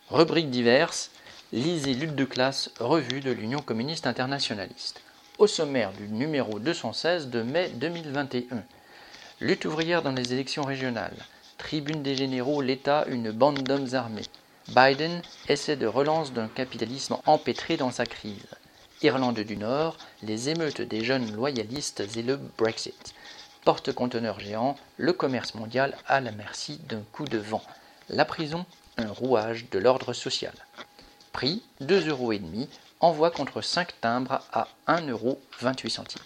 Rubrique diverses, lisez Lutte de classe, revue de l'Union communiste internationaliste. Au sommaire du numéro 216 de mai 2021. Lutte ouvrière dans les élections régionales. Tribune des généraux, l'État, une bande d'hommes armés. Biden, essai de relance d'un capitalisme empêtré dans sa crise. Irlande du Nord, les émeutes des jeunes loyalistes et le Brexit. Porte-conteneurs géant, le commerce mondial à la merci d'un coup de vent. La prison, un rouage de l'ordre social. Prix 2,5 €, envoi contre 5 timbres à 1,28 €.